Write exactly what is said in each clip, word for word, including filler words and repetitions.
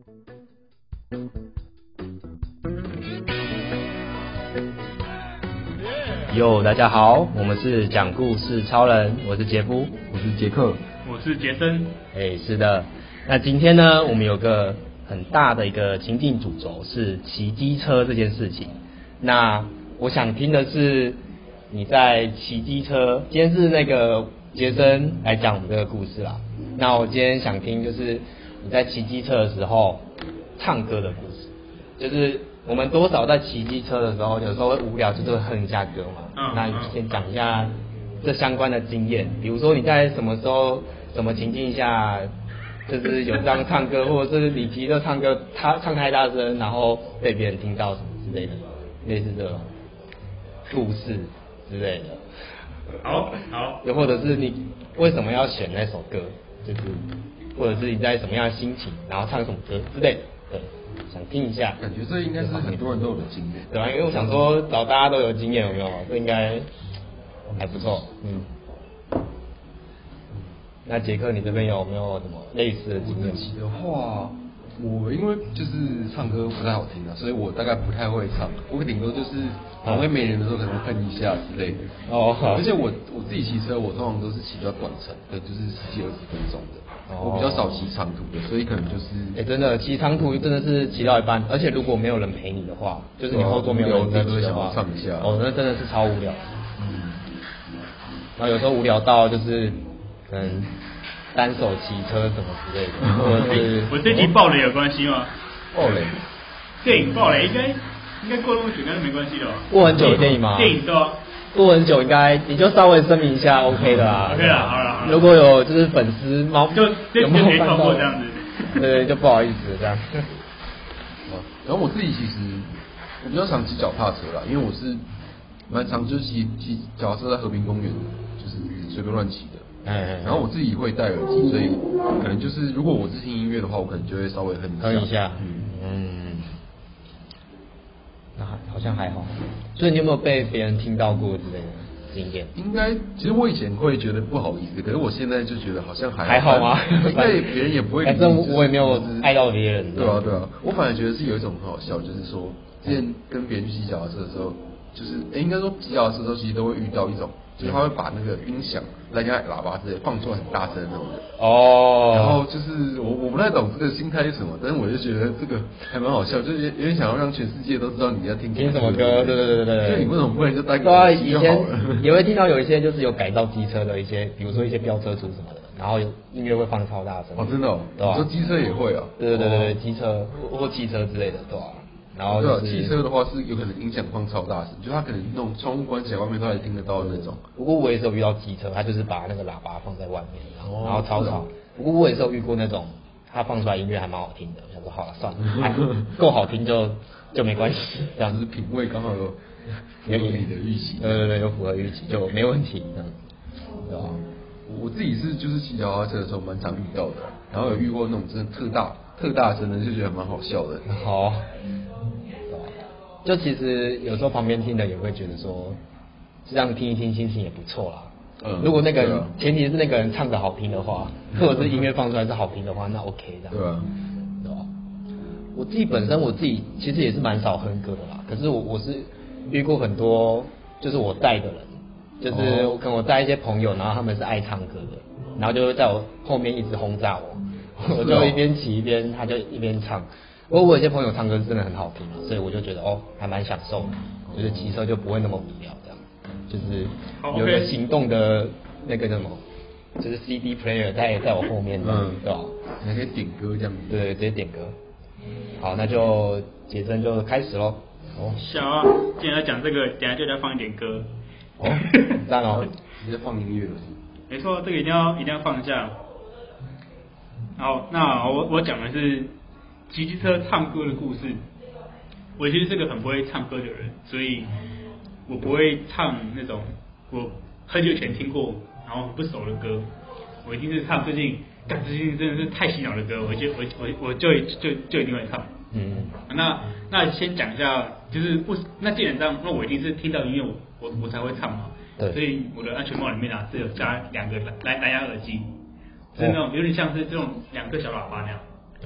哟，大家好，我们是讲故事超人，我是杰夫， 我是杰克， 我是杰森。 哎，是的，那今天呢，我们有个很大的一个情境主轴是骑机车这件事情。那我想听的是你在骑机车，今天是那个杰森来讲我们这个故事啦。那我今天想听就是你在骑机车的时候唱歌的故事，就是我们多少在骑机车的时候，有时候会无聊，就是会哼一下歌嘛。 嗯、 那你先讲一下这相关的经验，比如说你在什么时候、什么情境下，就是有这样唱歌，或者是你骑车唱歌，他唱太大声，然后被别人听到什么之类的，类似这种故事之类的。 好，好。 又或者是你为什么要选那首歌，就是或者是你在什么样的心情，然后唱什么歌之类的。对，想听一下。 感觉这应该是很多人都有的经验， 对吧？因为我想说找大家都有经验，有没有？这应该还不错。嗯。那杰克，你这边有没有什么类似的经验？ 我自己的话，我因为就是唱歌不太好听啊，所以我大概不太会唱。我顶多就是旁边没人的时候可能会哼一下之类的。 哦。 而且我我自己骑车，我通常都是骑比较短程的，就是十几二十分钟的。我比较少骑长途的，所以可能就是， 哎、欸，真的骑长途真的是骑到一半，而且如果没有人陪你的话，就是你后座没有人在骑的话， 唱一下， 哦，那真的是超无聊。嗯。然后有时候无聊到就是可能单手骑车什么之类的，或者是我这集爆雷有关系吗？ 爆雷？ 电影爆雷应该应该过那么久应该是没关系的吧？ 过很久的电影吗？ 电影对啊。 过很久应该你就稍微声明一下 OK 的啦。 OK 啦，好了好了。 如果有就是粉丝猫就就就可以跳过这样子。 对，就不好意思这样。 然后我自己其实我比较常骑脚踏车啦，因为我是蛮常就是骑骑脚踏车在和平公园，就是随便乱骑的。 嗯。 然后我自己会戴耳机，所以可能就是如果我是听音乐的话，我可能就会稍微哼一下。 哼一下。嗯。嗯。那好像还好，所以你有没有被别人听到过之类的经验？ 应该，其实我以前会觉得不好意思，可是我现在就觉得好像还好。 还好吗？ 应该别人也不会理你。 反正我也没有爱到别人。 对啊对啊，我反而觉得是有一种很好笑，就是说之前跟别人去骑脚踏车的时候，就是哎、欸、应该说骑脚踏车的时候，其实都会遇到一种，就是他会把那个音响、蓝牙喇叭之类放出来很大声的那种人。 哦。 然后就是我我不太懂这个心态是什么，但是我就觉得这个还蛮好笑，就是有点想要让全世界都知道你在听听什么歌，对对对对对。 就你为什么不能就戴个耳机就好了？ 也会听到有一些就是有改造机车的一些，比如说一些飙车族什么的，然后有音乐会放超大声。 哦，真的哦，对吧？你说机车也会啊？ 对对对对，机车或汽车之类的，对吧？然后就是汽车的话是有可能音响放超大声，就它可能那种窗户关起来，外面都还听得到的那种。 不过我也是有遇到机车，他就是把那个喇叭放在外面，然后然后超吵。不过我也是有遇过那种，他放出来音乐还蛮好听的，我想说好了算了，够好听就就没关系，这样子品味刚好有符合你的预期。 对对对，有符合预期就没问题，这样对吧？ 我自己是就是骑脚踏车的时候蛮常遇到的，然后有遇过那种真的特大特大声的，就觉得蛮好笑的。 好。就其实有时候旁边听的也会觉得说，这样听一听心情也不错啦。嗯。如果那个人、啊、前提是那个人唱的好听的话，或者是音乐放出来是好听的话，那 OK 的。 对啊。 对吧？我自己本身我自己其实也是蛮少哼歌的啦，可是我我是遇过很多就是我带的人，就是我跟我带一些朋友，然后他们是爱唱歌的，然后就会在我后面一直轰炸我，我就一边骑一边他就一边唱。不过我有些朋友唱歌是真的很好听，所以我就觉得哦，还蛮享受的，就是骑车就不会那么无聊，这样，就是有一个行动的那个什么，就是 C D player 在在我后面，嗯，对吧？ 你还可以点歌这样子。 对，直接点歌。好，那就杰森就开始喽。 哦，小啊，既然要讲这个，等一下就要放一点歌。 哦，赞哦， 你在放音乐了。 没错，这个一定要一定要放一下。好，那我我讲的是骑机车唱歌的故事。我其实是个很不会唱歌的人，所以我不会唱那种我很久以前听过然后很不熟的歌，我一定是唱最近，干最近真的是太洗脑的歌，我就我我我就就就一定会唱。嗯，那那先讲一下，就是不那既然这样，那我一定是听到音乐我我我才会唱嘛。对。所以我的安全帽里面啊是有加两个蓝蓝牙耳机，是那种有点像是这种两个小喇叭那样。哦。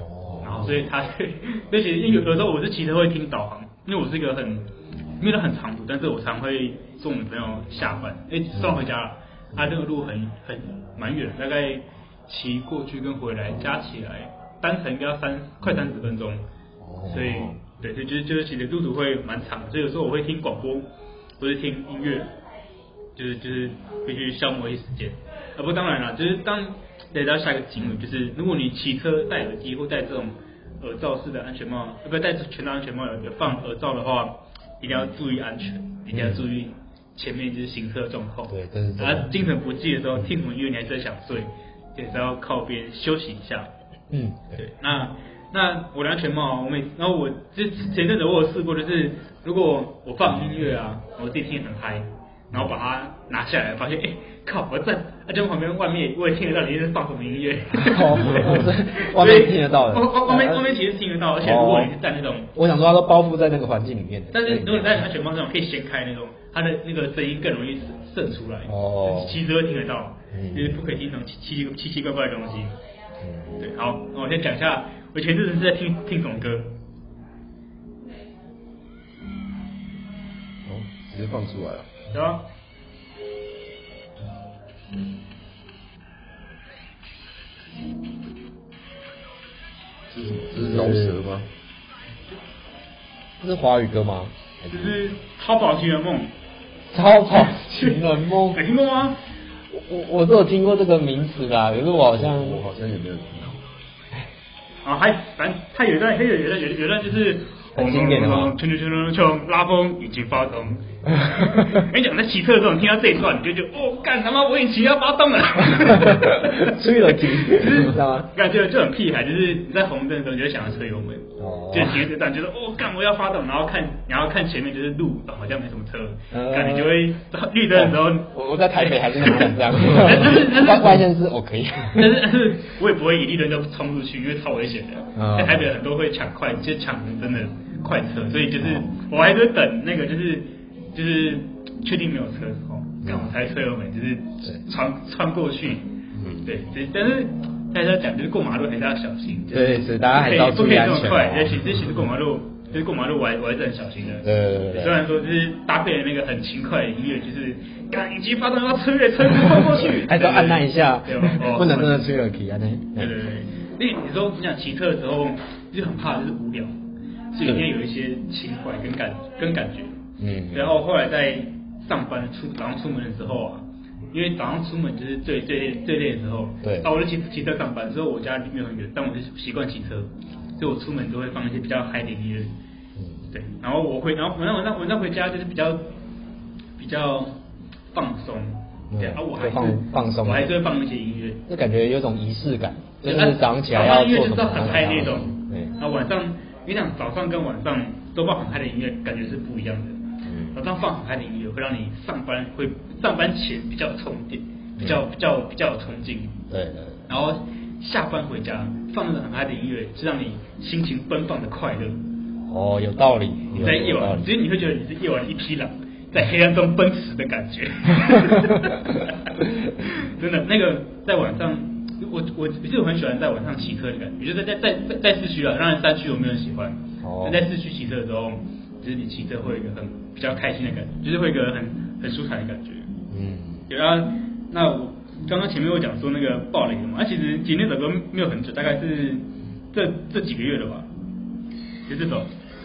然后所以他，而且有有时候我是骑车会听导航，因为我是一个很没有很长途，但是我常会送我女朋友下班，哎送回家了，他这个路很很蛮远，大概骑过去跟回来加起来单程应该要三快三十分钟，所以对，所以就是就是其实路途会蛮长的，所以有时候我会听广播或是听音乐，就是就是必须消磨一些时间。啊不，当然了，就是当来到下一个警语，就是如果你骑车戴耳机或戴这种耳罩式的安全帽，呃不戴全罩安全帽有有放耳罩的话，一定要注意安全，一定要注意前面就是行车状况。 对，这是真的。 然后精神不济的时候，听什么音乐你还真想睡，也是要靠边休息一下。 嗯， 对，那那我的安全帽，我每然后我之前阵子我有试过，就是如果我放音乐啊，我自己听很嗨，然后把它拿下来，发现哎、欸、靠，我在安全帽旁边外面我也听得到你在放什么音乐。 哦，外面听得到的。 外外面外面其实听得到，而且如果你是戴那种， 我想说它都包覆在那个环境里面。 但是如果你戴安全帽那种可以掀开那种，它的那个声音更容易渗出来。 哦， 其实会听得到，就是不可以听那种奇奇奇奇怪怪的东西。嗯，对，好，那我先讲一下，我前阵子是在听听什么歌。 哦，直接放出来了。 对啊。 这是什么？这是饶舌吗？ 这是华语歌吗？ 这是《超跑情人梦》。 超跑情人梦， 有听过吗？ 我我是有听过这个名词啦，可是我好像我好像也没有听过。 啊，还反正他有一段，他有一段有有一段就是很经典的嘛， 冲冲冲冲冲，拉风引擎发动。跟你讲，在骑车的时候，你听到这一段，你就觉得哦，干他妈我引擎要发动了， 吹了停，知道吗？ 感觉就很屁孩，就是你在红灯的时候，你就想要吹油门，哦，就停这段，就是哦，干我要发动，然后看，然后看前面就是路，好像没什么车，感觉就会绿灯的时候， 我我在台北还是能敢这样，但是但是外县市我可以， 但是但是我也不会一绿灯就冲出去，因为超危险的，在台北很多会抢快，就抢真的快车，所以就是我还是等那个就是就是确定没有车的时候，干我才吹油门，就是穿穿过去，嗯，对，但是大家讲就是过马路还是要小心， 对，是大家还是要注意安全，不可以这么快，而且其实其实过马路就是过马路我还我还是很小心的， 对对对， 虽然说就是搭配了那个很轻快的音乐，就是干引擎发动要吹越吹不过去， 还是要按捺一下， 对不能真的吹了气啊，对对对对，因为你说你想骑车的时候，就很怕就是无聊。所以里面有一些情怀跟感跟感觉，嗯，然后后来在上班出早上出门的时候啊，因为早上出门就是最最累最累的时候， 对， 啊，我就骑骑车上班，之后我家离没有很远，但我是习惯骑车，所以我出门都会放一些比较嗨的音乐，嗯，对，然后我会，然后晚上晚上晚上回家就是比较比较放松，对，啊，我还是放放松， 我还是会放一些音乐， 就感觉有种仪式感，就是早上起来要做什么， 很嗨那种，对，然后晚上。因为讲早上跟晚上都放很嗨的音乐，感觉是不一样的。嗯，早上放很嗨的音乐，会让你上班会上班前比较充电，比较比较比较有冲劲。 对对。 然后下班回家放那个很嗨的音乐，是让你心情奔放的快乐。 哦，有道理。 你在夜晚，其实你会觉得你是夜晚的一匹狼，在黑暗中奔驰的感觉。真的，那个在晚上。我我其实我很喜欢在晚上骑车的感觉，就是在在在在市区啊，当然山区我没有很喜欢。哦。在市区骑车的时候，就是你骑车会有一个很比较开心的感觉，就是会有一个很很舒坦的感觉。嗯。对啊，那我刚刚前面我讲说那个爆雷的嘛，那、啊、其实其实那首歌没有很久，大概是这这几个月了吧，就这首。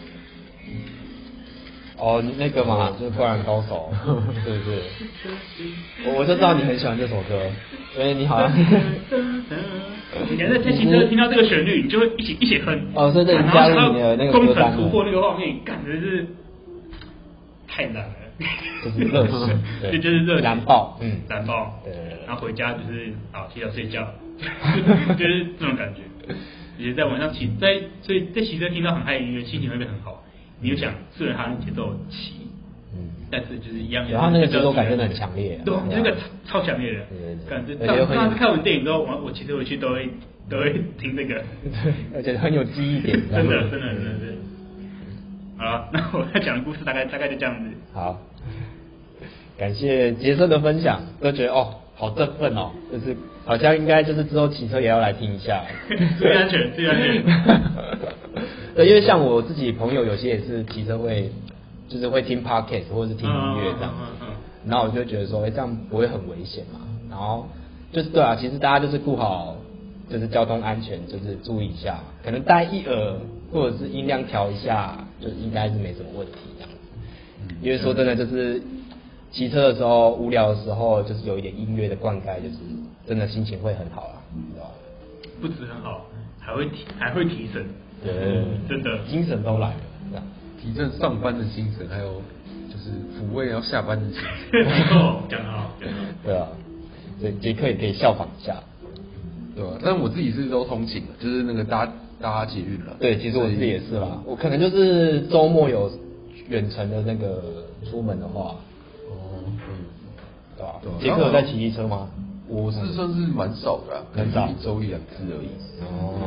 哦，那个嘛，就是《灌篮高手》，对不对？我我就知道你很喜欢这首歌，所以你好像， 你在在骑车听到这个旋律，你就会一起一起哼。 哦，所以这加入你的那个工程突破那个画面，感觉是太难了， 就是热血， 对，就是热血， 燃爆，嗯， 燃爆，对，然后回家就是啊，提早睡觉，就是这种感觉。也在晚上骑，在所以在骑车听到很嗨的音乐，心情会变很好。你就想顺着他的节奏骑，嗯，但是就是一样， 然后那个节奏感真的很强烈， 对，那个超强烈的，感觉。上次看完电影之后，我我骑车回去都会都会听这个， 而且很有记忆点， 真的真的真的是。好了，那我要讲的故事大概大概就这样子。 好，感谢杰森的分享，都觉得哦好振奋哦，就是好像应该就是之后骑车也要来听一下。 注意安全，注意安全。 对，因为像我自己朋友有些也是骑车会，就是会听 podcast 或者是听音乐这样， 嗯嗯嗯嗯、 然后我就觉得说，哎、欸，这样不会很危险嘛？然后就是对啊，其实大家就是顾好，就是交通安全，就是注意一下，可能戴一耳或者是音量调一下，就应该是没什么问题这样子。嗯、因为说真的，就是骑车的时候无聊的时候，就是有一点音乐的灌溉，就是真的心情会很好啦，知道吧？ 不止很好，还会提还会提神。 对， 真的精神都来了，这样提振上班的精神，还有就是抚慰要下班的精神。 没错，讲得好，讲得好。 对啊，所以杰克也可以效仿一下， 对啊，但我自己是都通勤的，就是那个搭搭捷运了。 对，其实我自己也是啦，我可能就是周末有远程的那个出门的话， 哦，嗯， 对吧？杰克有在骑机车吗？ 我是算是蛮少的、啊， 很少， 一周一两次而已。 哦。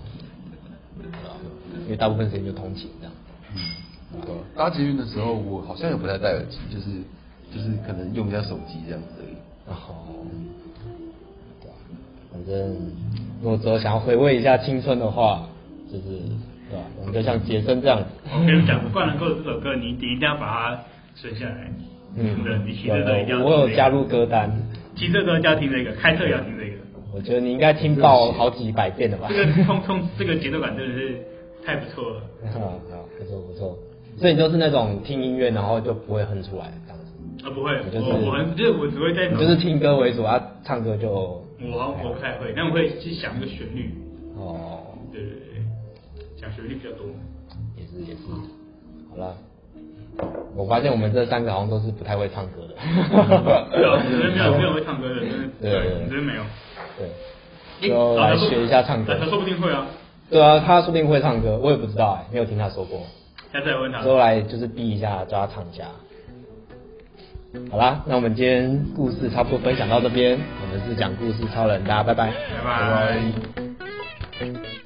因为大部分时间就通勤这样。 嗯，对、啊。搭捷运的时候，我好像也不太戴耳机，就是就是可能用一下手机这样子而已。 哦，对啊，反正如果之后想要回味一下青春的话，就是对吧、啊？我们就像杰森这样子。 我跟你讲，《灌篮高手》这首歌，你你一定要把它存下来。嗯，对，你骑车都一定要、這個。 我有加入歌单。 骑车都要听这个，开车也要听这个。 我觉得你应该听爆好几百遍了吧？ 这个冲冲，这个节奏感真的是太不错了。 好，好，不错不错。所以你就是那种听音乐，然后就不会哼出来这样子。 啊，不会， 就是、 我我很就是我只会在。 你就是听歌为主，啊，唱歌就。 我我不太会，但我会去想一个旋律。 哦。 对对对，想旋律比较多。 也是也是。好了。我发现我们这三个好像都是不太会唱歌的。 对啊，这边没有没有会唱歌的，真的。 对对对， 这边没有。 对。就来学一下唱歌。 他说不定会啊。 对啊，他说不定会唱歌，我也不知道哎、欸，没有听他说过。 下次来问他。 之后来就是逼一下，叫他唱一下。好啦，那我们今天故事差不多分享到这边，我们是讲故事超人，大家拜拜， 拜拜。 拜拜。